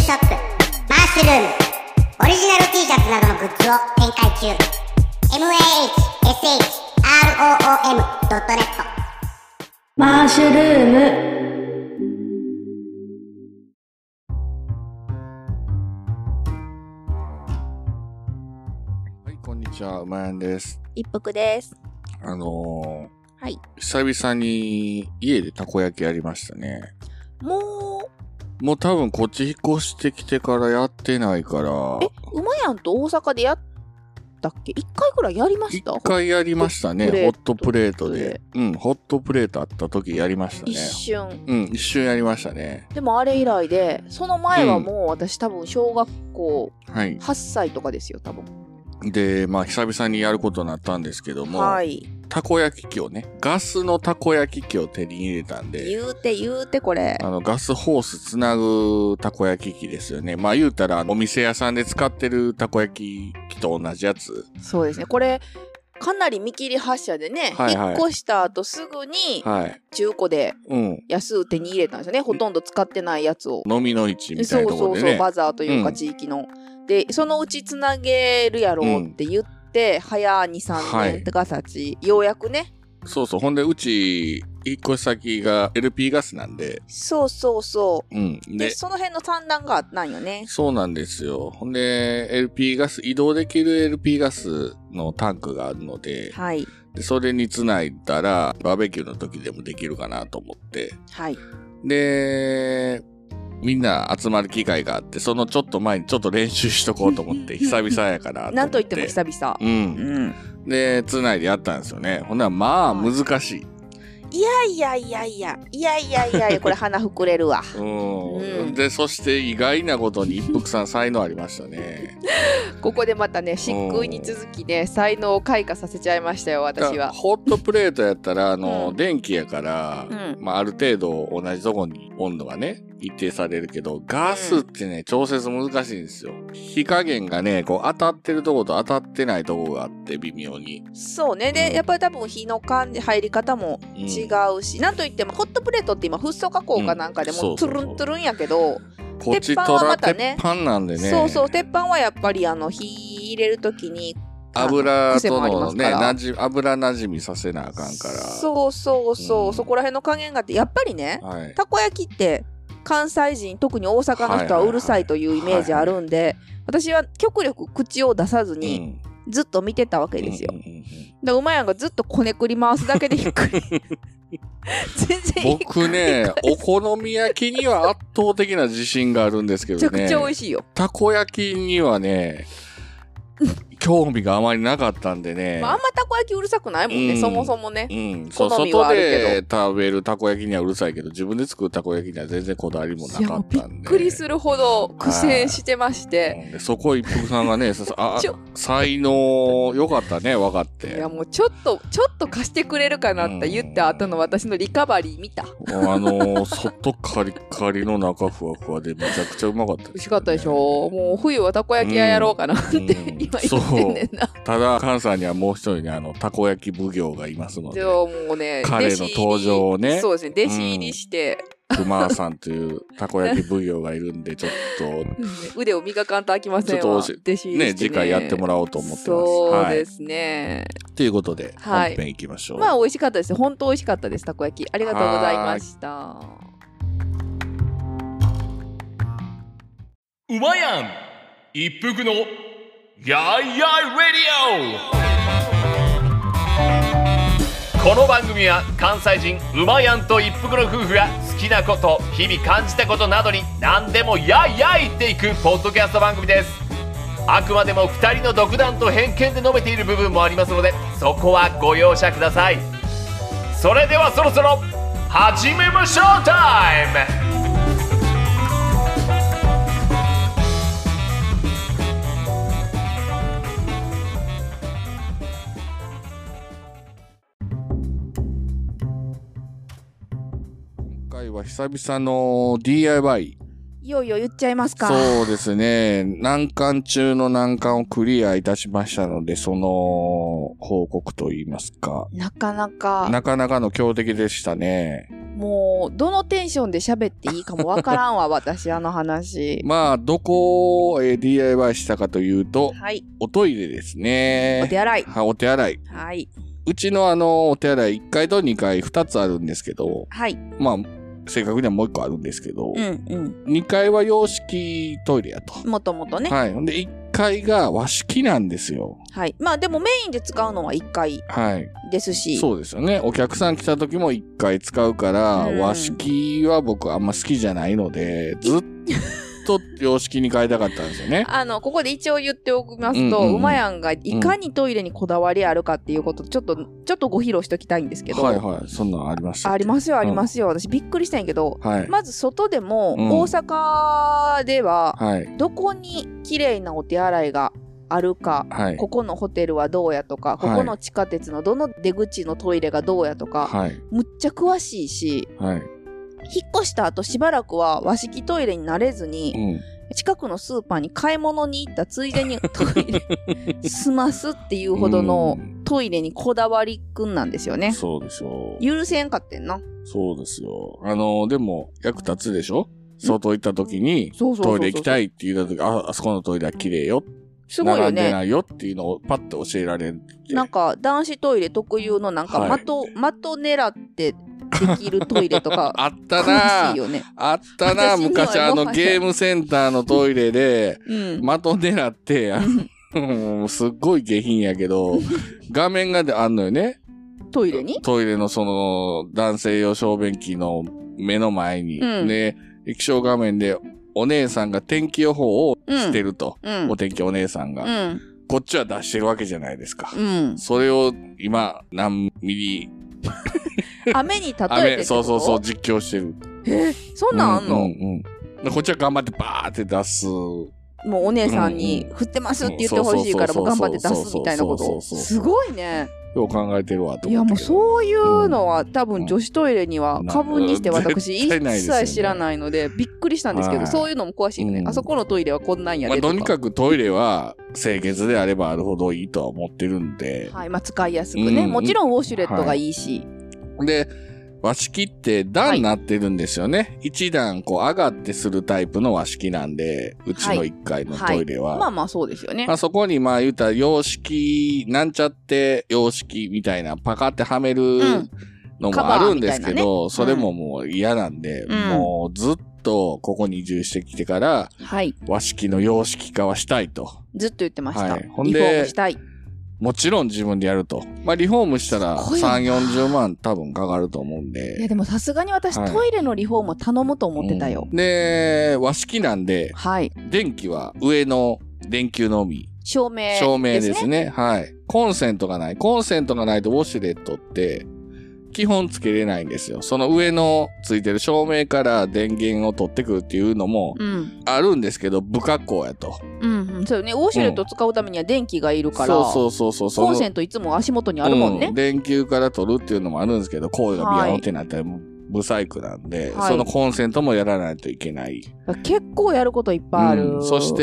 ショップマッシュルームオリジナル T シャツなどのグッズを展開中。 mahshroom.net マッシュルーム。 はい、こんにちは、うまやんです。 一服です。 はい。 久 々に家でたこ焼きやりましたね。 もう多分こっち引っ越してきてからやってないから。 うまやんと大阪でやったっけ？一回くらいやりました？ 一回やりましたね。ホットプレートで。ホットプレートあった時やりましたね。 一瞬やりましたね。 でもあれ以来で、その前はもう私多分小学校8歳とかですよ、多分。 で、久々にやることになったんですけども、たこ焼き器をね、ガスのたこ焼き器を手に入れたんで。 言うてこれ。 ガスホースつなぐたこ焼き器ですよね。言うたら、お店屋さんで使ってるたこ焼き器と同じやつ。 そうですね。これ、かなり見切り発車でね、引っ越した後すぐに、中古で安う手に入れたんですよね。ほとんど使ってないやつを。 飲みの市みたいなところでね。 そう、バザーというか地域の。で、そのうちつなげるやろうって言って、早2、3年が経ち、ようやくね。 そう。ほんで、うち、引っ越し先が LP ガスなんで。 そう。で、その辺の算段があったんよね。 そうなんですよ。ほんで、LP ガス、移動できる LP ガスのタンクがあるので、でそれにつないだら、バーベキューの時でもできるかなと思って。で、みんな集まる機会があって、そのちょっと前にちょっと練習しとこうと思って、久々やからと思って。 なんといっても久々。 で、つないでやったんですよね。ほんなら難しい。 いや、これ鼻膨れるわ。 で、そして意外なことに一服さん才能ありましたね。 ここでまたね、漆喰に続きね、才能を開花させちゃいましたよ、私は。 ホットプレートやったら、電気やから、ある程度同じとこに温度がね、一定されるけど、ガスってね、調節難しいんですよ。火加減がね、こう当たってるとこと当たってないとこがあって、微妙に。 そうね。で、やっぱり多分火の感じ、入り方も違うし、なんといってもホットプレートって今、フッ素加工かなんかでもトゥルントゥルンやけど、 こっちとら鉄板なんでね。 そう、鉄板はやっぱり火入れるときに、 油とのね、油なじみさせなあかんから。 そう、そこら辺の加減があって、やっぱりね、たこ焼きって、関西人、特に大阪の人はうるさいというイメージあるんで、私は極力口を出さずにずっと見てたわけですよ。で、うまやんがずっとこねくり回すだけでひっくり。全然僕ね、お好み焼きには圧倒的な自信があるんですけどね。 めちゃくちゃ美味しいよ。 たこ焼きにはね、興味があまりなかったんでね。 あんまたこ焼きうるさくないもんね、そもそもね。 外で食べるたこ焼きにはうるさいけど、自分で作るたこ焼きには全然こだわりもなかったんで。 びっくりするほど苦戦してまして。 そこ一服さんがね、才能良かったね、分かって。 いや、もうちょっと貸してくれるかなって言った後の私のリカバリー見た。 外カリカリの中ふわふわでめちゃくちゃうまかったです、ね。 美味しかったでしょ。もう冬はたこ焼き屋やろうかなって今言ってんねんな。 ただ、関西にはもう一人ね、たこ焼き奉行がいますので。 もうね、 彼の登場をね。 そうですね、弟子入りして。 熊さんというたこ焼き奉行がいるんで、ちょっと。腕を磨かんとあきませんわ。 ちょっとね、次回やってもらおうと思ってます。 そうですね。 ということで、本編行きましょう。 美味しかったです。本当美味しかったです、たこ焼き。ありがとうございました。 うまやん一服のやいやいレディオ。この番組は関西人うまやんと一服の夫婦が好きなこと、日々感じたことなどに何でもやいやい言っていくポッドキャスト番組です。あくまでも2人の独断と偏見で述べている部分もありますので、そこはご容赦ください。それではそろそろ始めましょうタイム。 久々の DIY。 いよいよ言っちゃいますか。 そうですね。難関中の難関をクリアいたしましたので、その報告といいますか。 なかなかの強敵でしたね。 もう、どのテンションで喋っていいかもわからんわ、私、あの話。 まあ、どこを DIY したかというと、 はい。 おトイレですね。 お手洗い。 はい、お手洗い。 はい。 うちのお手洗い1階と2階2つあるんですけど、 はい。 まあ、正確にはもう1個あるんですけど、 うんうん。 2階は洋式トイレやと。 もともとね。 はい。で、1階が和式なんですよ。 はい。まあでもメインで使うのは1階ですし。 はい、そうですよね。お客さん来た時も1階使うから、和式は僕あんま好きじゃないので、ずっと洋式に変えたかったんですよね。 ここで一応言っておきますと、馬やんがいかにトイレにこだわりあるかっていうこと、ちょっとご披露しておきたいんですけど。 はいはい。そんなんありました。 ありますよ、ありますよ。私びっくりしたんやけど、 はい、 まず外でも、大阪では、どこに綺麗なお手洗いがあるか、はい、ここのホテルはどうやとか、ここの地下鉄のどの出口のトイレがどうやとか、はい、むっちゃ詳しいし、はい、引っ越した後しばらくは和式トイレに慣れずに、近くのスーパーに買い物に行ったついでにトイレ済ますっていうほどのトイレにこだわりくんなんですよね。 そうでしょう。 許せんかってんな。 そうですよ。でも役立つでしょ。外行った時にトイレ行きたいって言った時、あそこのトイレは綺麗よ。 すごいよね。 並んでないよっていうのをパッと教えられる。 なんか男子トイレ特有のなんか的狙ってできるトイレとかあったな、ね、あったな昔ゲームセンターのトイレで、的狙ってすっごい下品やけど画面があんのよね。 トイレにトイレのその男性用小便器の目の前に、で液晶画面でお姉さんが天気予報をしてると、お天気お姉さんが、こっちは出してるわけじゃないですか、それを今何ミリ雨に例えてってこと？ そう実況してる。 そんなんあんの？ こっちは頑張ってバーって出す。 もうお姉さんに振ってますって言ってほしいからもう頑張って出すみたいなこと。すごいね。 よう考えてるわと思って。 いやもうそういうのは多分女子トイレには過分にして私一切知らないのでびっくりしたんですけど、そういうのも詳しいね。あそこのトイレはこんなんやでとか。 とにかくトイレは清潔であればあるほどいいとは思ってるんで。 はい、使いやすくね。もちろんウォシュレットがいいし。 で、和式って段になってるんですよね。一段上がってするタイプの和式なんで、うちの1階のトイレは。 まあそうですよね。 そこに言うたら洋式、なんちゃって洋式みたいなパカってはめるのもあるんですけど、それももう嫌なんで、もうずっとここに移住してきてから、和式の洋式化はしたいと。 ずっと言ってました。 ほんで、 リフォームしたい。 もちろん自分でやると。リフォームしたら3、40万多分かかると思うんで。 いやでもさすがに私、トイレのリフォームを頼むと思ってたよ。 で、和式なんで、電気は上の電球のみ。 照明ですね。はい。コンセントがない。コンセントがないとウォシュレットって基本つけれないんですよ。その上のついてる照明から電源を取ってくるっていうのもあるんですけど、不格好やと。 そうよね。ウォシュレット使うためには電気がいるから。そう。コンセントいつも足元にあるもんね。 電球から取るっていうのもあるんですけど、声がビヤーンってなったらブサイクなんで、そのコンセントもやらないといけない。 結構やることいっぱいある。 そして、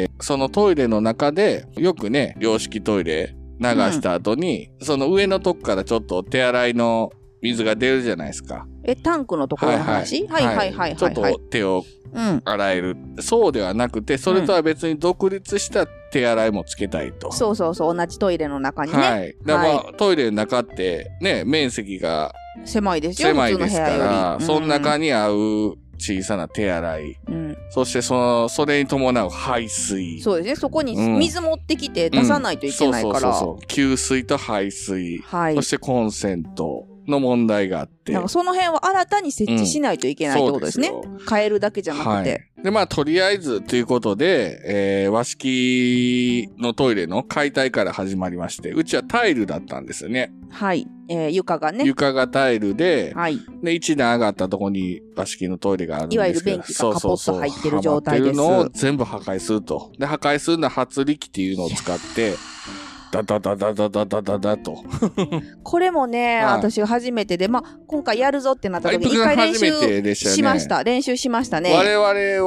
そのトイレの中で、よくね、洋式トイレ流した後に、その上のとこからちょっと手洗いの水が出るじゃないですか。 タンクのところの話？はい。 ちょっと手を洗える。そうではなくて、それとは別に独立した手洗いもつけたいと。 そう、同じトイレの中にね。 トイレの中ってね、面積が狭いですよ。 狭いですから、その中に合う小さな手洗い。そしてそれに伴う排水。 そうですね。そこに水持ってきて出さないといけないから。 給水と排水。そしてコンセントの問題があって。 その辺は新たに設置しないといけないってことですね。変えるだけじゃなくて。 で、とりあえずということで、和式のトイレの解体から始まりまして、うちはタイルだったんですよね。 はい。床がね。 床がタイルで、で、一段上がったところに和式のトイレがあるんですけど。 いわゆる便器がカポッと入ってる状態です。 はまってるのを全部破壊すると。で、破壊するのは発力っていうのを使って、ダダと。 これもね、私初めてで、今回やるぞってなった時に一回練習しました。練習しましたね。 我々は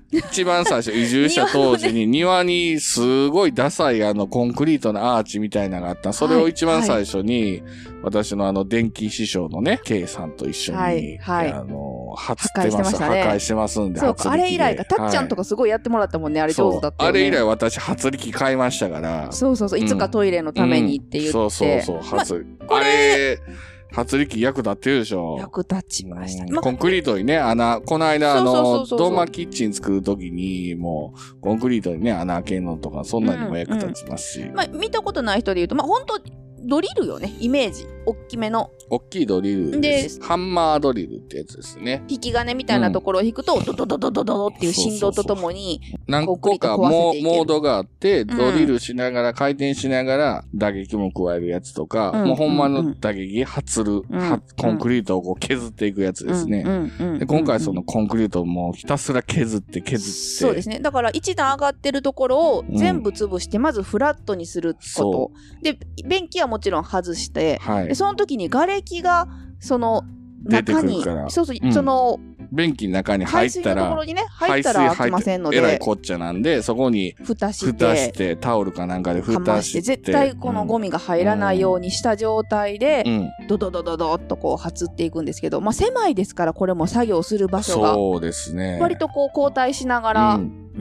一番最初移住した当時に庭にすごいダサいコンクリートのアーチみたいなのがあった。それを一番最初に、私の電気師匠のね、K さんと一緒に、発ってます。破壊してますんで、 そうか、あれ以来か。たっちゃんとかすごいやってもらったもんね、あれ上手だったよね。 あれ以来私、発力買いましたから。 そうそうそう、いつかトイレのためにって言って。そうそうそう、あれ、発力役立ってるでしょ。 役立ちました。 コンクリートにね、この間ドーマキッチン作るときに、もう、コンクリートにね、穴開けるのとか、そんなにも役立ちますし。 見たことない人で言うと、本当ドリルよね、イメージ。大きめの。 大きいドリルです。ハンマードリルってやつですね。 引き金みたいなところを引くと、ドドドドドドっていう振動とともに、 何個かモードがあって、ドリルしながら、回転しながら打撃も加えるやつとか、もうほんまの打撃、コンクリートを削っていくやつですね。で今回そのコンクリートをもうひたすら削って。 そうですね。だから一段上がってるところを全部潰して、まずフラットにすること。で、便器はもちろん外して、でその時に瓦礫がその中に、その便器の中に入ったら、 排水のところにね、入ったら開きませんので、 えらいこっちゃなんで、そこに蓋してタオルかなんかで蓋して、 絶対このゴミが入らないようにした状態で、ドドドドドっとこう発っていくんですけど、狭いですから、これも作業する場所が、 そうですね。 割とこう交代しながら、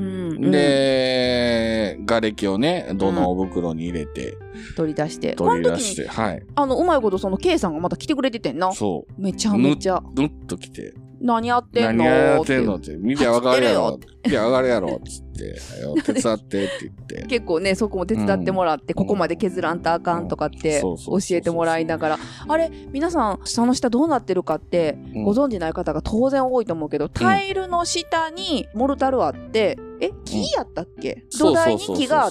で、瓦礫をね、土の袋に入れて、 取り出して、 はい。 うまいことその K さんがまた来てくれててんな。 そう。 めちゃめちゃ。 ぬっと来て。 何やってんのって。見てわかるやろ。見てわかるやろ。つって。手伝ってって言って。 結構ね、そこも手伝ってもらって、ここまで削らんとあかんとかって教えてもらいながら。あれ、皆さん、その下どうなってるかって、ご存知ない方が当然多いと思うけど、タイルの下にモルタルあって、木やったっけ？土台に木があって、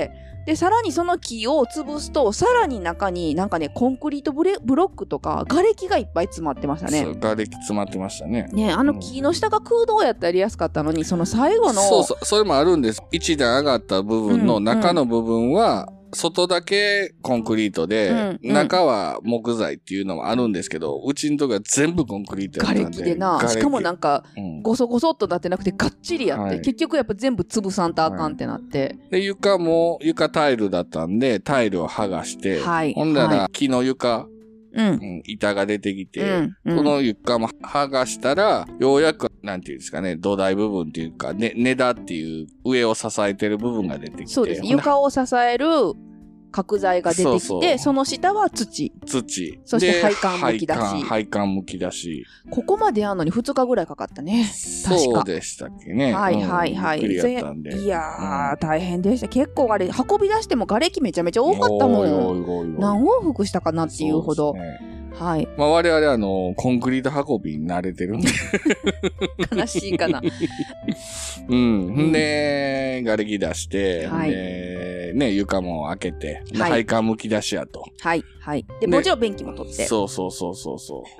で、さらにその木を潰すと、さらに中になんかね、コンクリートブロックとか、瓦礫がいっぱい詰まってましたね。 そう、瓦礫詰まってましたね。 ね、木の下が空洞やったらやりやすかったのに、その最後の。 それもあるんです。一段上がった部分の中の部分は、外だけコンクリートで、中は木材っていうのもあるんですけど、うちのとこは全部コンクリートやったんで。 瓦礫でな。しかもなんか、ごそごそっとなってなくて、がっちりやって、結局やっぱ全部潰さんとあかんってなって。 で、床タイルだったんで、タイルを剥がして、ほんなら木の床、板が出てきて、その床も剥がしたら、ようやく、なんていうんですかね、土台部分っていうか、根田っていう上を支えてる部分が出てきて。 そうです。床を支える角材が出てきて、その下は土。そして配管むき出し。 配管むき出し。 ここまでやんのに2日ぐらいかかったね。確か。 そうでしたっけね。 はい。いやー、大変でした。結構運び出しても瓦礫めちゃめちゃ多かったもん。何往復したかなっていうほど。はい。 我々コンクリート運びに慣れてるんで。 悲しいかな。 で、瓦礫出して、ね、床も開けて、配管むき出しやと。 はい。で、もちろん便器も取って。 そう。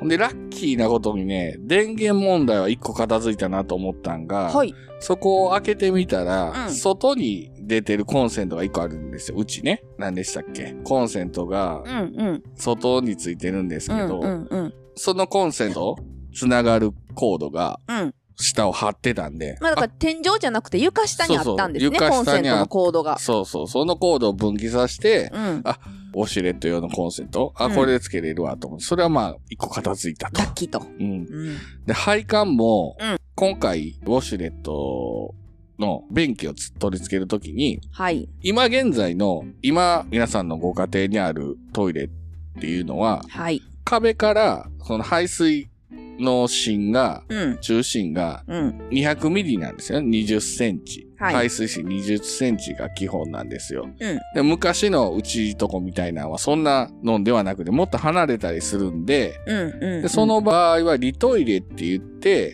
で、ラッキーなことにね、電源問題は一個片付いたなと思ったんが、そこを開けてみたら、外に出てるコンセントが一個あるんですよ。うちね。何でしたっけ？コンセントが、外についてるんですけど、そのコンセント、つながるコードが、下を張ってたんで。 だから天井じゃなくて床下にあったんですね。コンセントのコードが。 そのコードを分岐させて、ウォシュレット用のコンセント、これでつけれるわと思って、それは一個片付いたと。 ラッキーと。 で、配管も、今回、ウォシュレットの便器を取り付けるときに、今現在の、皆さんのご家庭にあるトイレっていうのは、壁から、その排水の芯が、中心が、200ミリなんですよね。20センチ。排水芯20センチが基本なんですよ。で昔のうちとこみたいなのはそんなのではなくて、もっと離れたりするんで、でその場合はリトイレって言って、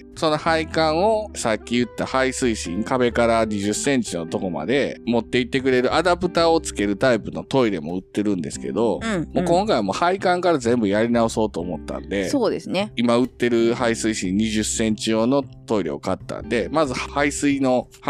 その配管をさっき言った排水芯、壁から20センチのとこまで持って行ってくれるアダプターをつけるタイプのトイレも売ってるんですけど、もう今回はもう配管から全部やり直そうと思ったんで、 そうですね。 今売ってる排水芯20センチ用のトイレを買ったんで、まず排水の配管を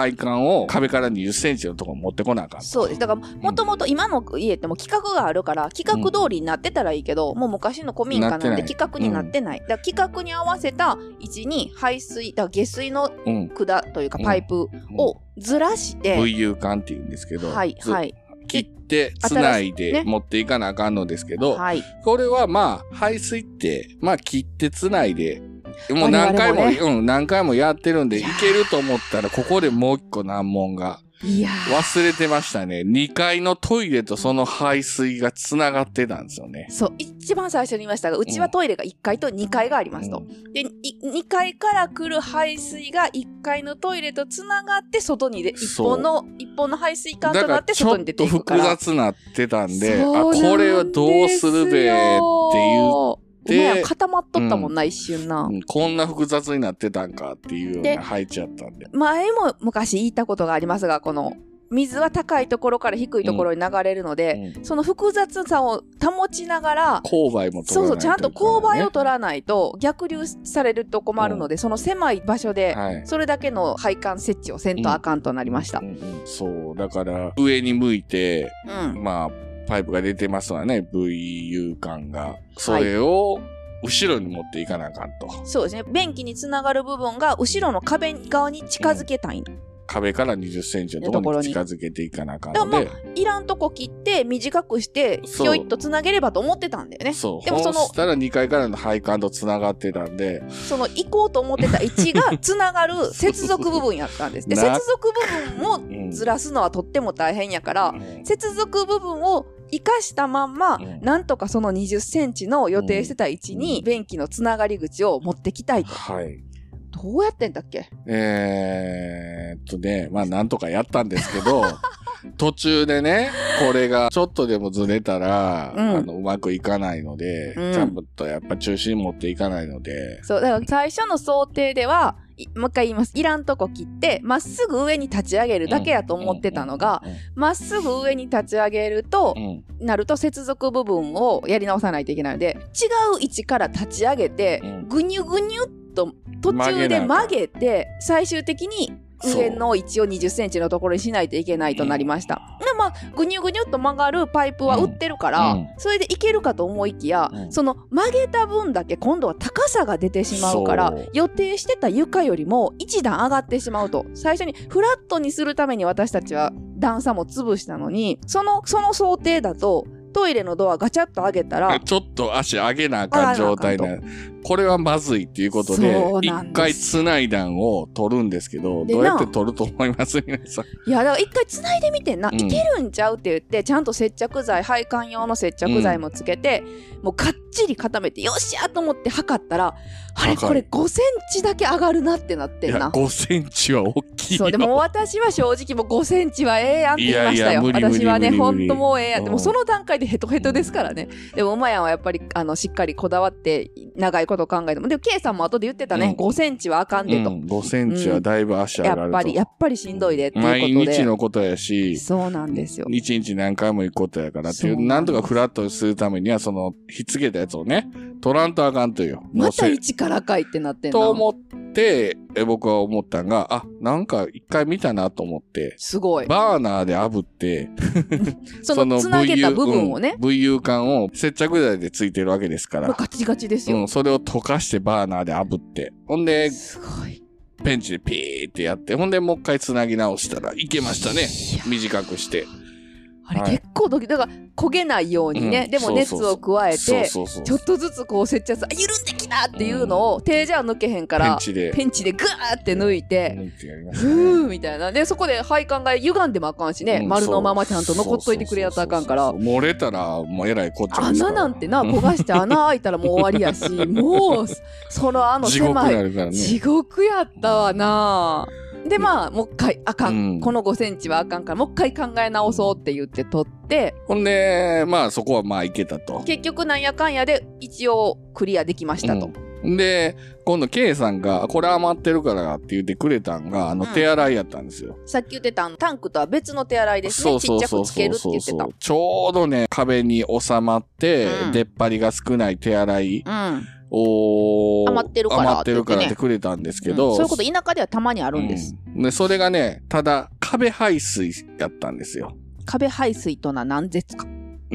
を壁から20センチのところに持ってこなあかん。 そうです。だから、もともと今の家っても規格があるから、規格通りになってたらいいけど、もう昔の古民家なんで規格になってない。だから規格に合わせた位置に排水、だから下水の管というかパイプをずらして、 VU 管って言うんですけど、 はい、はい。 切って繋いで持っていかなあかんのですけど、はい、これはまあ排水ってまあ切って繋いでもう何回も、何回もやってるんでいけると思ったらここでもう一個難問が忘れてましたね。2階のトイレとその排水が繋がってたんですよね。 そう、一番最初に言いましたが、うちはトイレが1階と2階がありますと。で、2階から来る排水が1階のトイレと繋がって外に一本の排水管となって外に出ていくから。 だからちょっと複雑なってたんで、これはどうするべっていう。 固まっとったもんな、一瞬な。 こんな複雑になってたんかっていうような配置やったんで。 前も昔言ったことがありますが、この水は高いところから低いところに流れるので、その複雑さを保ちながら、 勾配も取らないと、 そうそう、ちゃんと勾配を取らないと逆流されると困るので、その狭い場所で、それだけの配管設置をせんとあかんとなりました。 そう、だから上に向いて、まあ、パイプが出てますわね、VU 管が。それを後ろに持っていかなあかんと。 そうですね。便器につながる部分が後ろの壁側に近づけたい。 壁から20センチのところに近づけていかなあかんので。 まあ、いらんとこ切って短くして、ひょいっとつなげればと思ってたんだよね。 そう。でもそしたら2階からの配管とつながってたんで。 その行こうと思ってた位置がつながる接続部分やったんです。で、接続部分もずらすのはとっても大変やから、接続部分を生かしたまんま、なんとかその20センチの予定してた位置に便器のつながり口を持ってきたいと。 はい。 どうやってんだっけ？ まあなんとかやったんですけど、途中でね、これがちょっとでもずれたら、うまくいかないので、ちゃんとやっぱ中心持っていかないので。 そう、だから最初の想定では、もう一回言います。いらんとこ切って、まっすぐ上に立ち上げるだけやと思ってたのが、まっすぐ上に立ち上げると、なると接続部分をやり直さないといけないので、違う位置から立ち上げて、ぐにゅぐにゅっと途中で曲げて、最終的に上の位置を20センチのところにしないといけないとなりました。で、まあ、ぐにゅぐにゅっと曲がるパイプは売ってるから、それでいけるかと思いきや、その曲げた分だけ今度は高さが出てしまうから、予定してた床よりも一段上がってしまうと。最初にフラットにするために私たちは段差も潰したのに、その想定だと、トイレのドアガチャッと上げたらちょっと足上げなあかん状態なこれはまずいっていうことで一回つないだんを取るんですけど、どうやって取ると思います皆さん？ いやだから一回つないでみてんな、いけるんちゃうって言ってちゃんと接着剤、配管用の接着剤もつけて、もうかっちり固めてよっしゃと思って測ったら、あれこれ5センチだけ上がるなってなってんな。 いや5センチは大きいよ。 そうでも私は正直もう5センチはええやんって言いましたよ。私はねほんともうええやんって、もうその段階でヘトヘトですからね。でも馬やんはやっぱりしっかりこだわって長いこと考えても、でも K さんも後で言ってたね、5センチはあかんでと、 5センチはだいぶ足上がると、 やっぱりしんどいでっていうことで、 毎日のことやし、 そうなんですよ、 1日何回も行くことやからっていう、なんとかフラットするためにはそのひっつけたやつをね取らんとあかんという、 また一からかいってなってんのと思って僕は思ったんが、なんか一回見たなと思って、 すごいバーナーで炙ってそのつなげた部分をね、 VU 管を接着剤でついてるわけですから、 ガチガチですよ、 それを溶かしてバーナーで炙って、ほんで、 すごい。 ペンチでピーってやって、ほんでもう一回つなぎ直したらいけましたね。短くして。 あれ結構だから焦げないようにね、でも熱を加えて、ちょっとずつこう接着剤、緩んできたっていうのを手じゃ抜けへんから、ペンチでグーって抜いて、ふーみたいな。で、そこで配管が歪んでもあかんしね、丸のままちゃんと残っといてくれやったらあかんから。 漏れたらもうえらいこっちゃですから。 穴なんてな、焦がして穴開いたらもう終わりやし、もう、狭い。地獄やったわな。でまあもう一回あかん、この5センチはあかんからもう一回考え直そうって言って取って、 ほんでまあそこはまあいけたと。 結局なんやかんやで一応クリアできましたと。 で今度 K さんがこれ余ってるからって言ってくれたんが手洗いやったんですよ。 さっき言ってたタンクとは別の手洗いですね。ちっちゃくつけるって言ってた。 ちょうどね壁に収まって、出っ張りが少ない手洗い余ってるからってくれたんですけど、 そういうこと田舎ではたまにあるんです。 で、それがね、ただ壁排水やったんですよ。 壁排水とは何ですか？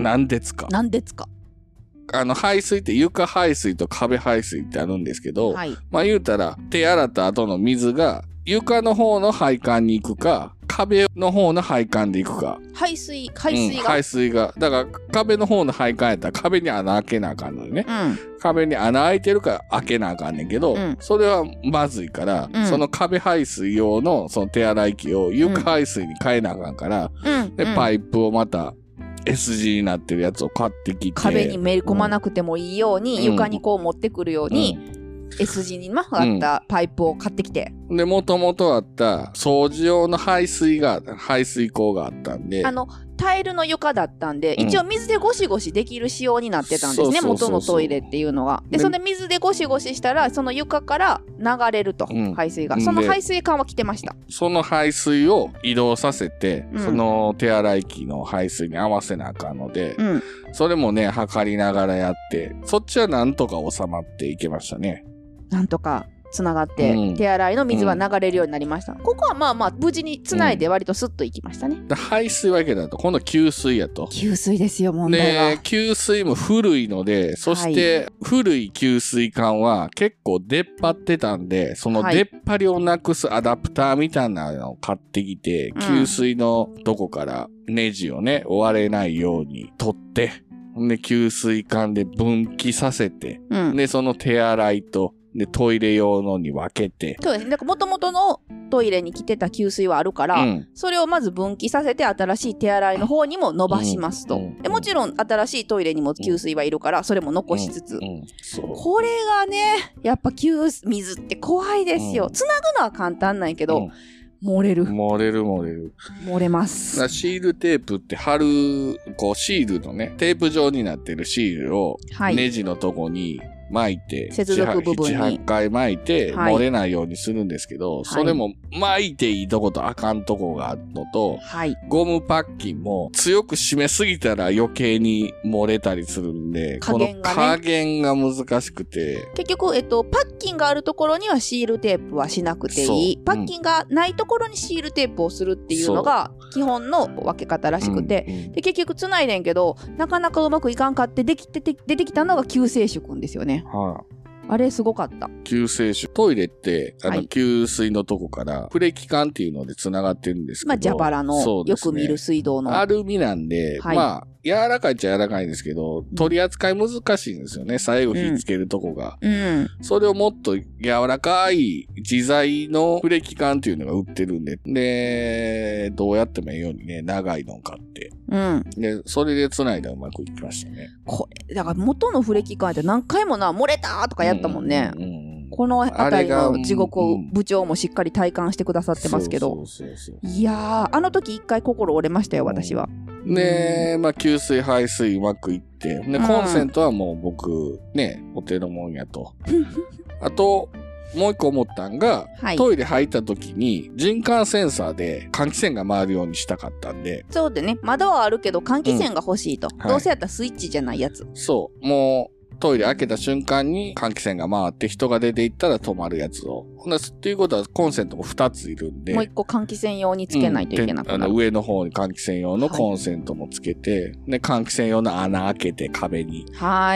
排水って床排水と壁排水ってあるんですけど、まあ言うたら手洗った後の水が床の方の配管に行くか、壁の方の配管で行くか。 排水が。 だから壁の方の配管やったら壁に穴開けなあかんのよね。壁に穴開いてるから開けなあかんねんけど、それはまずいから、その壁排水用のその手洗い機を床排水に変えなあかんから、で、パイプをまた、S 字になってるやつを買ってきて。 壁にめり込まなくてもいいように、床にこう持ってくるように、S 字に曲がったパイプを買ってきて。 で、もともとあった掃除用の排水口があったんで。 タイルの床だったんで、一応水でゴシゴシできる仕様になってたんですね、元のトイレっていうのが。で、それで水でゴシゴシしたら、その床から流れると、排水が。その排水管は来てました。 その排水を移動させて、その手洗い機の排水に合わせなあかんので、それもね、測りながらやって、そっちはなんとか収まっていけましたね。 なんとかつながって、手洗いの水は流れるようになりました。ここはまあまあ無事につないで割とスッといきましたね。 排水わけだと今度給水やと。 給水ですよ、問題は。 で、給水も古いので、そして古い給水管は結構出っ張ってたんで、その出っ張りをなくすアダプターみたいなのを買ってきて、給水のとこからネジをね、割れないように取って、で、給水管で分岐させて、で、その手洗いと、で、トイレ用のに分けて。 そうですね。だから元々のトイレに来てた給水はあるから、それをまず分岐させて新しい手洗いの方にも伸ばしますと。でもちろん新しいトイレにも給水はいるから、それも残しつつ。これがね、やっぱ水って怖いですよ。つなぐのは簡単なんやけど、漏れる。漏れます。 シールテープって貼る、シールのね、テープ状になってるシールを、ネジのとこに、巻いて、 接続部分に 8回巻いて、漏れないようにするんですけど、それも巻いていいとことあかんとこがあるのと、ゴムパッキンも強く締めすぎたら余計に漏れたりするんで、この加減が難しくて。 結局、パッキンがあるところにはシールテープはしなくていい。パッキンがないところにシールテープをするっていうのが基本の分け方らしくて、で結局繋いでんけど、なかなかうまくいかんかって出てきたのが救世主くんですよね。あれすごかった。 救世主。トイレって、給水のとこからプレキ管っていうので繋がってるんですけど。 蛇腹のよく見る水道の。 アルミなんで、柔らかいっちゃ柔らかいんですけど、取り扱い難しいんですよね。最後火つけるとこが。それをもっと柔らかい自在のプレキ管っていうのが売ってるんで、で、どうやってもいいようにね、長いのを買って。で、それで繋いだらうまくいきましたね。 これ、だから元のプレキ管って何回も漏れたとかやったもんね。このあたりの地獄を部長もしっかり体感してくださってますけど。いやー、あの時一回心折れましたよ、私は。 で、給水排水うまくいって、で、コンセントはもう僕、ね、お手のもんやと。あと、もう一個思ったんが、トイレ入った時に人感センサーで換気扇が回るようにしたかったんで。 そうでね、窓はあるけど換気扇が欲しいと。どうせやったらスイッチじゃないやつ。 そう。もう、トイレ開けた瞬間に換気扇が回って人が出て行ったら止まるやつを。っていうことはコンセントも2ついるんで。 もう1個換気扇用につけないといけなくなる。 上の方に換気扇用のコンセントもつけて、で、換気扇用の穴開けて壁に。 はい。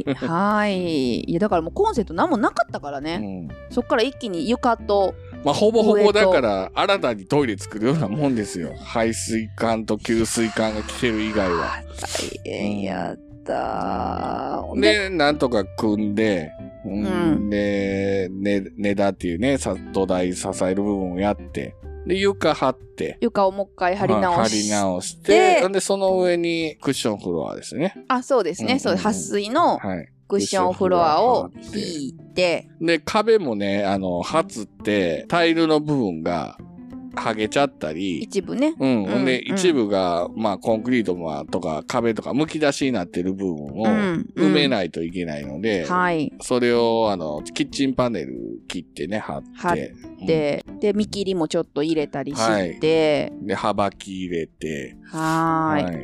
いや、だからもうコンセント何もなかったからね。そっから一気に床と、 ほぼほぼだから、新たにトイレ作るようなもんですよ。排水管と給水管が来てる以外は。 大変やった。 で、なんとか組んで、で、根だっていうね、土台支える部分をやって、で、床張って。 床をもう一回張り直して、で、その上にクッションフロアですね。 あ、そうですね。そう、撥水のクッションフロアを引いて。 で、壁もね、張って、タイルの部分が、剥げちゃったり。 一部ね。 で、一部が、コンクリートとか壁とか剥き出しになってる部分を埋めないといけないので、それを、キッチンパネル切ってね、貼って。 で、見切りもちょっと入れたりして。 で、幅木入れて。 で、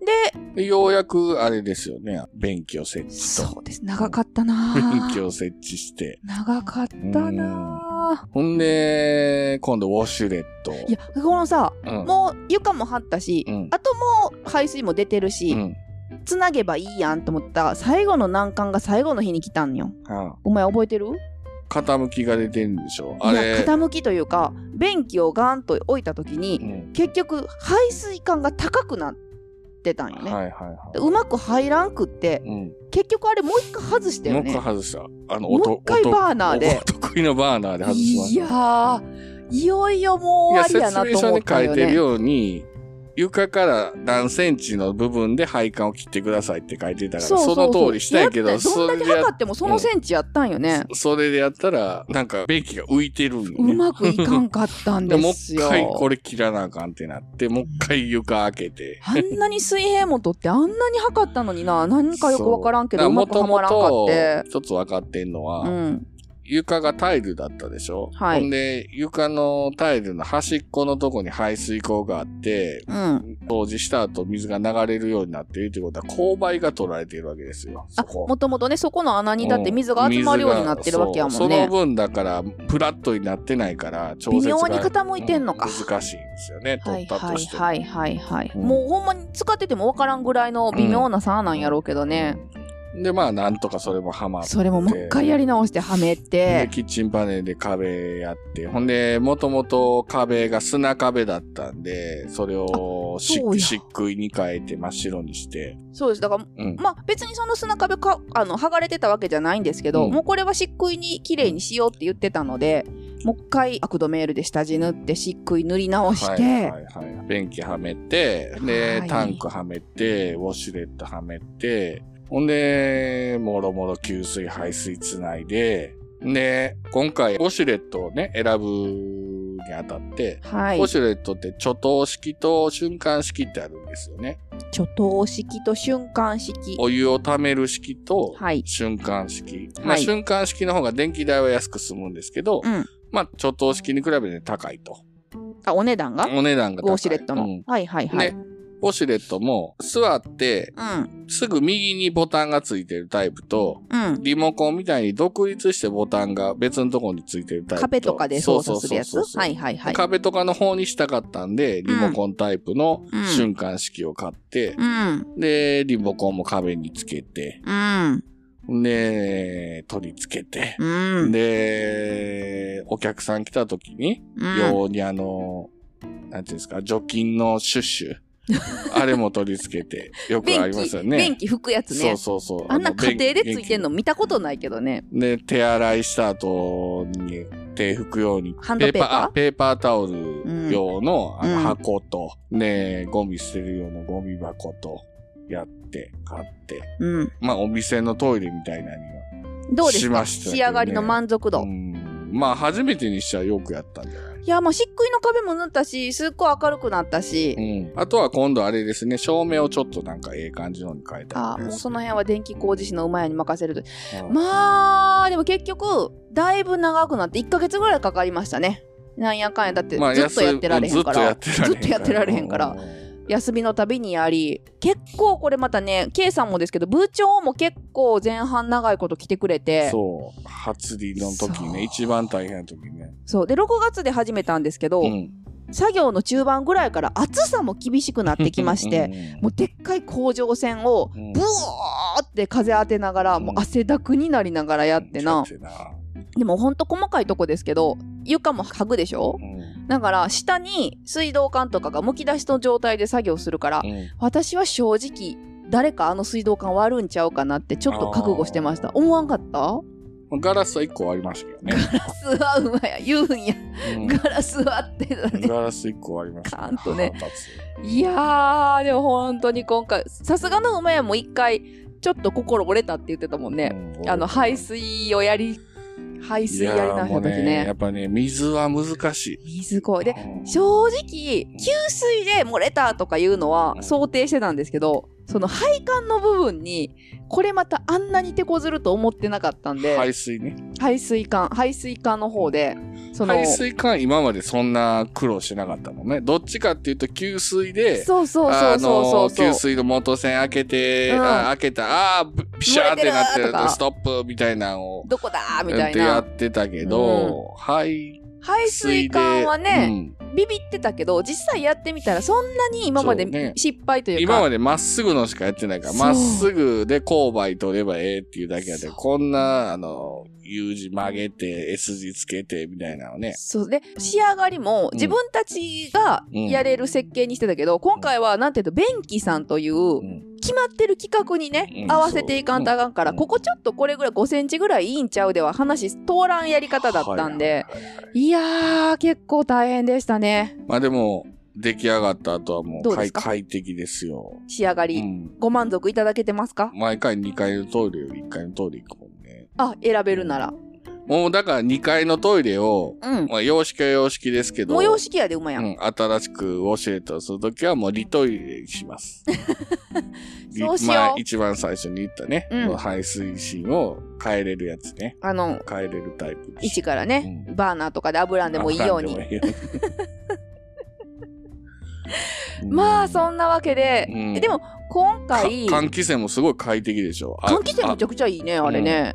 で、ようやくあれですよね。便器を設置と。 そうです。長かったな便器を設置して。 長かったなほんで、今度ウォッシュレット。 いや、このさ、もう床も張ったし、あともう排水も出てるし、つなげばいいやんと思った最後の難関が最後の日に来たんよ。お前覚えてる？ 傾きが出てるんでしょ？ あれ。傾きというか、便器をガーンと置いた時に、結局排水管が高くなってたんよね。うまく入らんくって、結局あれもう一回外したよね。 もう一回外した。 もう一回バーナーで。 お得意のバーナーで外しました。 いやー、いよいよもう終わりやなと思ったよね。 説明書に書いてるように、床から何センチの部分で配管を切ってくださいって書いてたから、その通りしたんやけど、 どんだけ測ってもそのセンチやったんよね。 それでやったら、なんか便器が浮いてるんよね。 うまくいかんかったんですよ。 もう一回これ切らなあかんってなって、もう一回床開けて。 あんなに水平元ってあんなに測ったのにな、何かよくわからんけど、うまくはまらんかって。 一つ分かってんのは、床がタイルだったでしょ。ほんで、床のタイルの端っこのとこに排水口があって、掃除した後水が流れるようになっているということは、勾配が取られているわけですよ。 もともとね、そこの穴にだって水が集まるようになってるわけやもんね。 その分だから、プラットになってないから、調節が微妙に傾いてんのか。 難しいんですよね、取ったとして。 もうほんまに使っててもわからんぐらいの微妙な差なんやろうけどね。 で、まあ、なんとかそれもはまって。 それももう一回やり直してはめて。 で、キッチンパネルで壁やって。ほんで、もともと壁が砂壁だったんで、それを漆喰に変えて真っ白にして。 そうです。だから、まあ、別にその砂壁剥がれてたわけじゃないんですけど、もうこれは漆喰に綺麗にしようって言ってたので、もう一回アクドメールで下地塗って漆喰塗り直して。 便器はめて、で、タンクはめて、ウォッシュレットはめて、ほんで、もろもろ給水、排水つないで、で、今回、ウォシュレットをね、選ぶにあたって、ウォシュレットって、貯湯式と瞬間式ってあるんですよね。 貯湯式と瞬間式。 お湯を溜める式と、瞬間式。まあ、瞬間式の方が電気代は安く済むんですけど、まあ、貯湯式に比べて高いと。 お値段が高い。ウォシュレットの。 ウォシュレットも座って、すぐ右にボタンがついてるタイプと、リモコンみたいに独立してボタンが別のところについてるタイプと。 壁とかで操作するやつ？ 壁とかの方にしたかったんで、リモコンタイプの瞬間式を買って、で、リモコンも壁につけて、で、取り付けて、で、お客さん来た時に、用になんていうんですか、除菌のシュッシュ。あれも取り付けて、よくありますよね。 便器拭くやつね。 そう。 あんな家庭でついてんの見たことないけどね。 で、手洗いした後に手拭くように。 ハンドペーパー？ ペーパータオル用の箱と、ね、ゴミ捨てる用のゴミ箱と、やって、買って。まあ、お店のトイレみたいなには。 どうですか？仕上がりの満足度。 まあ、初めてにしてはよくやったんじゃない？ いや、まあ、漆喰の壁も塗ったし、すっごい明るくなったし。 あとは今度あれですね、照明をちょっとなんかええ感じのに変えた。 もうその辺は電気工事士の馬屋に任せると。まあ、でも結局、だいぶ長くなって1ヶ月ぐらいかかりましたね。なんやかんや、だってずっとやってられへんから。ずっとやってられへんから。休みのたびにやり、結構これまたね、K さんもですけど、部長も結構前半長いこと来てくれて。 そう。初利の時ね、一番大変な時ね。 そう。で、6月で始めたんですけど、作業の中盤ぐらいから暑さも厳しくなってきまして、もうでっかい甲状腺を、ブワーって風当てながら、もう汗だくになりながらやってな。でもほんと細かいとこですけど、床も剥ぐでしょ、だから下に水道管とかがむき出しの状態で作業するから、私は正直誰かあの水道管割るんちゃうかなってちょっと覚悟してました。思わんかった？ ガラスは1個割りましたけどね。 ガラスはうまや言うんや、ガラス割ってたね。 ガラス1個割りました、 ちゃんとね。いやー、でも本当に今回さすがの馬やも1回ちょっと心折れたって言ってたもんね。排水やり直した時ね。 やっぱね、水は難しい。 水こいで、正直給水で漏れたとかいうのは想定してたんですけど、その配管の部分にこれまたあんなに手こずると思ってなかったんで、 排水ね。 排水管の方で排水管今までそんな苦労しなかったもんね。どっちかっていうと給水で、 そう給水の元栓開けて、開けた、ピシャーってなってるとストップみたいなのを、 どこだみたいな。 やってたけど、排水管はね、ビビってたけど、実際やってみたらそんなに今まで失敗というか。 今までまっすぐのしかやってないから、まっすぐで勾配取ればええっていうだけで、こんな、U 字曲げて、S 字つけて、みたいなのね。 そうで、仕上がりも自分たちがやれる設計にしてたけど、今回はなんていうと、便器さんという、決まってる企画にね、合わせていかんとあかんから、ここちょっとこれぐらい5センチぐらいいいんちゃうでは話通らんやり方だったんで、いやー、結構大変でしたね。 まあでも、出来上がった後はもう快適ですよ。 仕上がり、ご満足いただけてますか？ 毎回2階のトイレより1階のトイレ行くもんね。 選べるなら。 もうだから2階のトイレを、まあ洋式は洋式ですけど。 もう洋式やで、馬やん。 新しくウォシュレットをするときはもうリトイレにします。 そうしよう。 まあ一番最初に言ったね、排水芯を変えれるやつね。変えれるタイプ。 位置からね、バーナーとかで油んでもいいように。まあそんなわけで、でも今回換気扇もすごい快適でしょ。 換気扇めちゃくちゃいいね、あれね。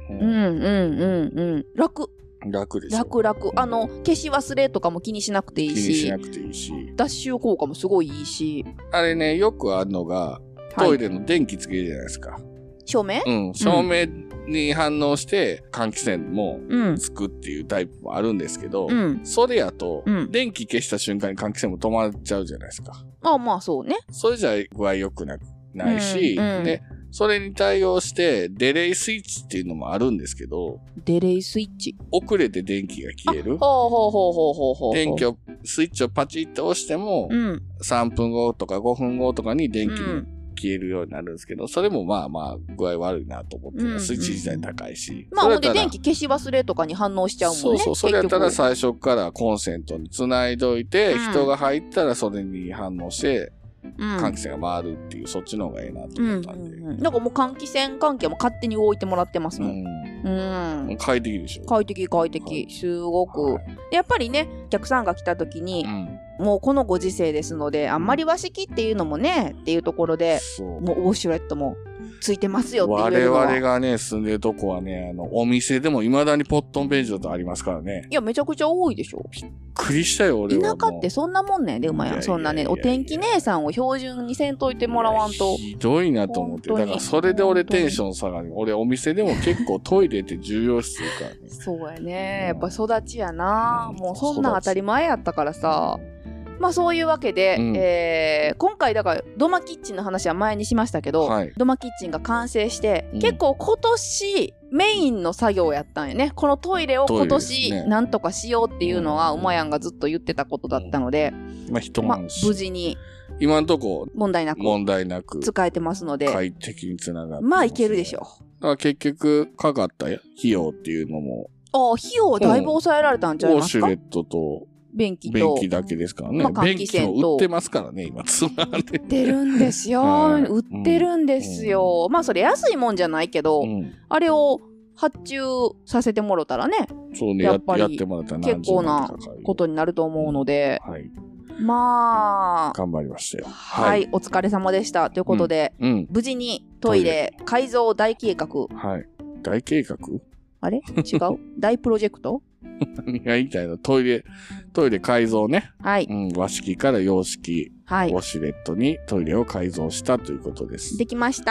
楽ですよ。 楽。消し忘れとかも気にしなくていいし、脱臭効果もすごいいいし。 あれね、よくあるのが、トイレの電気つけるじゃないですか。 照明？ 照明に反応して換気扇もつくっていうタイプもあるんですけど、それやと、電気消した瞬間に換気扇も止まっちゃうじゃないですか。 まあそうね。 それじゃ具合良くないし、で、それに対応してデレイスイッチっていうのもあるんですけど、 デレイスイッチ？ 遅れて電気が消える。電気を、スイッチをパチッと押しても、3分後とか5分後とかに電気が消えるようになるんですけど、それもまあまあ具合悪いなと思って、スイッチ自体高いし。 まあほんで電気消し忘れとかに反応しちゃうもんね。 そう、それやったら最初からコンセントに繋いどいて、人が入ったらそれに反応して、換気扇が回るっていう、そっちの方がいいなと思ったんで。 なんかもう換気扇関係も勝手に置いてもらってますもん。 快適でしょ。 快適。すごく。やっぱりね、お客さんが来た時に、もうこのご時世ですので、あんまり和式っていうのもね、っていうところで、もうウォシュレットもついてますよっていうのは。 我々がね、住んでるとこはね、お店でも未だにポットンペンジョンとありますからね。 いや、めちゃくちゃ多いでしょ。 びっくりしたよ、俺は。 田舎ってそんなもんねんで、馬やん。そんなね、お天気姉さんを標準にせんといてもらわんと。 ひどいなと思って。だからそれで俺テンション下がる。俺お店でも結構トイレって重要視するからね。 そうやね。やっぱ育ちやな。もうそんなん当たり前やったからさ。まあそういうわけで、今回だから土間キッチンの話は前にしましたけど、土間キッチンが完成して、結構今年メインの作業やったんよね。このトイレを今年なんとかしようっていうのは馬やんがずっと言ってたことだったので、無事に今のとこ問題なく使えてますので、 快適につながってまあいけるでしょう。 だから結局かかった費用っていうのも、 費用はだいぶ抑えられたんちゃいますか？ ウォシュレットと便器だけですからね。便器も売ってますからね、今。 売ってるんですよ。売ってるんですよ。まあ、それ安いもんじゃないけど、あれを発注させてもらったらね、 そうね、 やっぱり結構なことになると思うので、まあ、 頑張りましたよ。 はい、お疲れ様でした。ということで、無事にトイレ改造大計画。 大計画？ あれ違う大プロジェクト？ 何が言いたいの？トイレ改造ね。和式から洋式、ウォシュレットにトイレを改造したということです。 できました。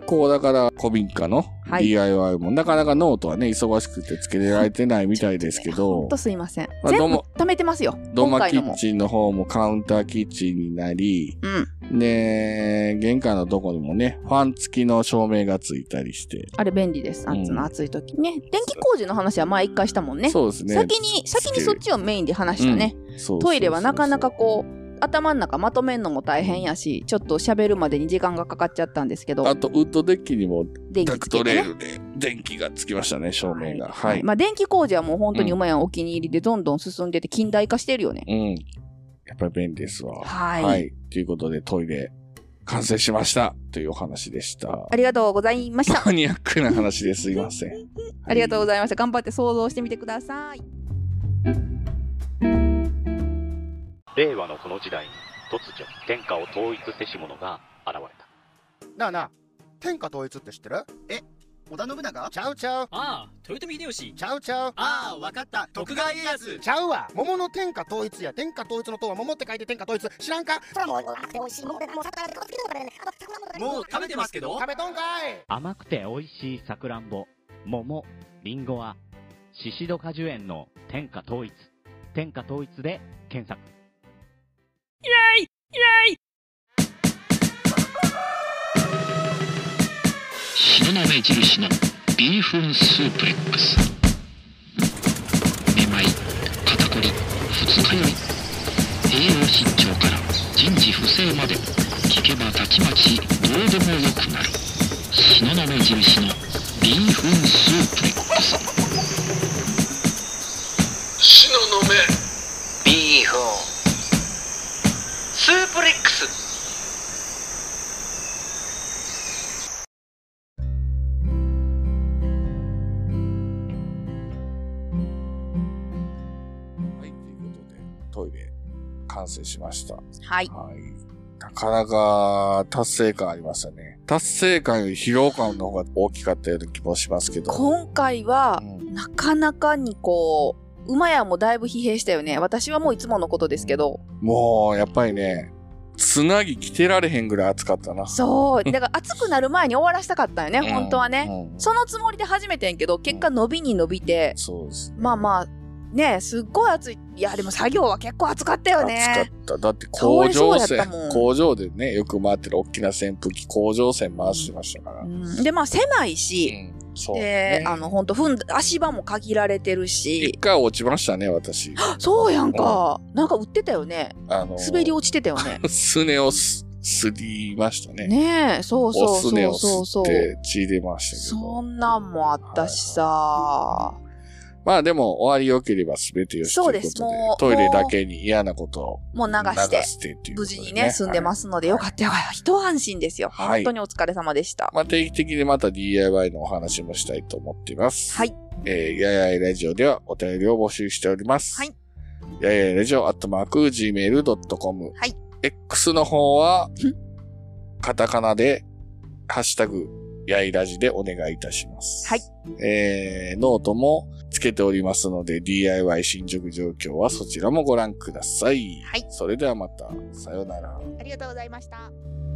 結構だから古民家の DIY もなかなかノートはね、忙しくてつけられてないみたいですけど。 ほんとすいません。全部貯めてますよ。 土間キッチンの方もカウンターキッチンになり、で、玄関のとこにもね、ファン付きの照明がついたりして。 あれ便利です。暑い時ね。電気工事の話は前一回したもんね。 そうですね。 先にそっちをメインで話したね。トイレはなかなかこう、頭の中まとめんのも大変やし、ちょっと喋るまでに時間がかかっちゃったんですけど。 あと、ウッドデッキにもダクトレールで電気がつきましたね、照明が。 まあ、電気工事はもう本当に馬やんお気に入りでどんどん進んでて近代化してるよね。 やっぱり便利ですわ。ということで、トイレ完成しましたというお話でした。 ありがとうございました。 マニアックな話ですいません。 ありがとうございました。頑張って想像してみてください。 令和のこの時代に突如天下を統一せし者が現れた。 なあなあ、天下統一って知ってる？ 織田信長？ ちゃうちゃう。 ああ、豊臣秀吉。 ちゃうちゃう。 ああ、わかった。徳川家康。 ちゃうわ。桃の天下統一や。天下統一の塔は桃って書いて天下統一。知らんか？ それはもう甘くて美味しい桃でもう桜でこつけてもらえね。 もう食べてますけど。 食べとんかい。 甘くて美味しいさくらんぼ、桃、りんごは宍戸果樹園の天下統一。天下統一で検索。 イエイイエイ。 東雲印のビーフンスープレックス。めまい、肩こり、二日酔い、栄養失調から人事不正まで聞けばたちまちどうでもよくなる。東雲印のビーフンスープレックス。 東雲ビーフンスープレックス。 トイレ完成しました。 はい。 なかなか達成感ありましたね。達成感より疲労感の方が大きかったような気もしますけど。 今回は、なかなかに馬屋もだいぶ疲弊したよね。私はもういつものことですけど。 もう、やっぱりね、つなぎ着てられへんぐらい暑かったな。 そう。だから暑くなる前に終わらしたかったよね、本当はね。そのつもりで始めてんけど、結果伸びに伸びて。 そうです。 まあまあ、ね、すっごい暑い。いや、でも作業は結構暑かったよね。 暑かった。だって工場でね、よく回ってる大きな扇風機、工場線回してましたから。 で、まあ狭いし、で、ほんと足場も限られてるし。 一回落ちましたね、私。 そうやんか。なんか売ってたよね。滑り落ちてたよね。 すねをすりましたね。 ねえ、そうそうそうそう。 おすねをすって血出ましたけど。 そんなんもあったしさ。 まあでも終わり良ければ全てよしということで。そうです。もうトイレだけに嫌なことをもう流して無事にね、住んでますので、よかったよかった。一安心ですよ。本当にお疲れ様でした。 まあ定期的にまた DIY のお話もしたいと思っています。 はい。 ややいラジオではお便りを募集しております。 はい。 ややいラジオ@gmail.com。 はい。 X の方は、カタカナで、ハッシュタグ、やいラジでお願いいたします。 はい。 ノートもつけておりますので、DIY 進捗状況はそちらもご覧ください。 はい。 それではまた、さようなら。 ありがとうございました。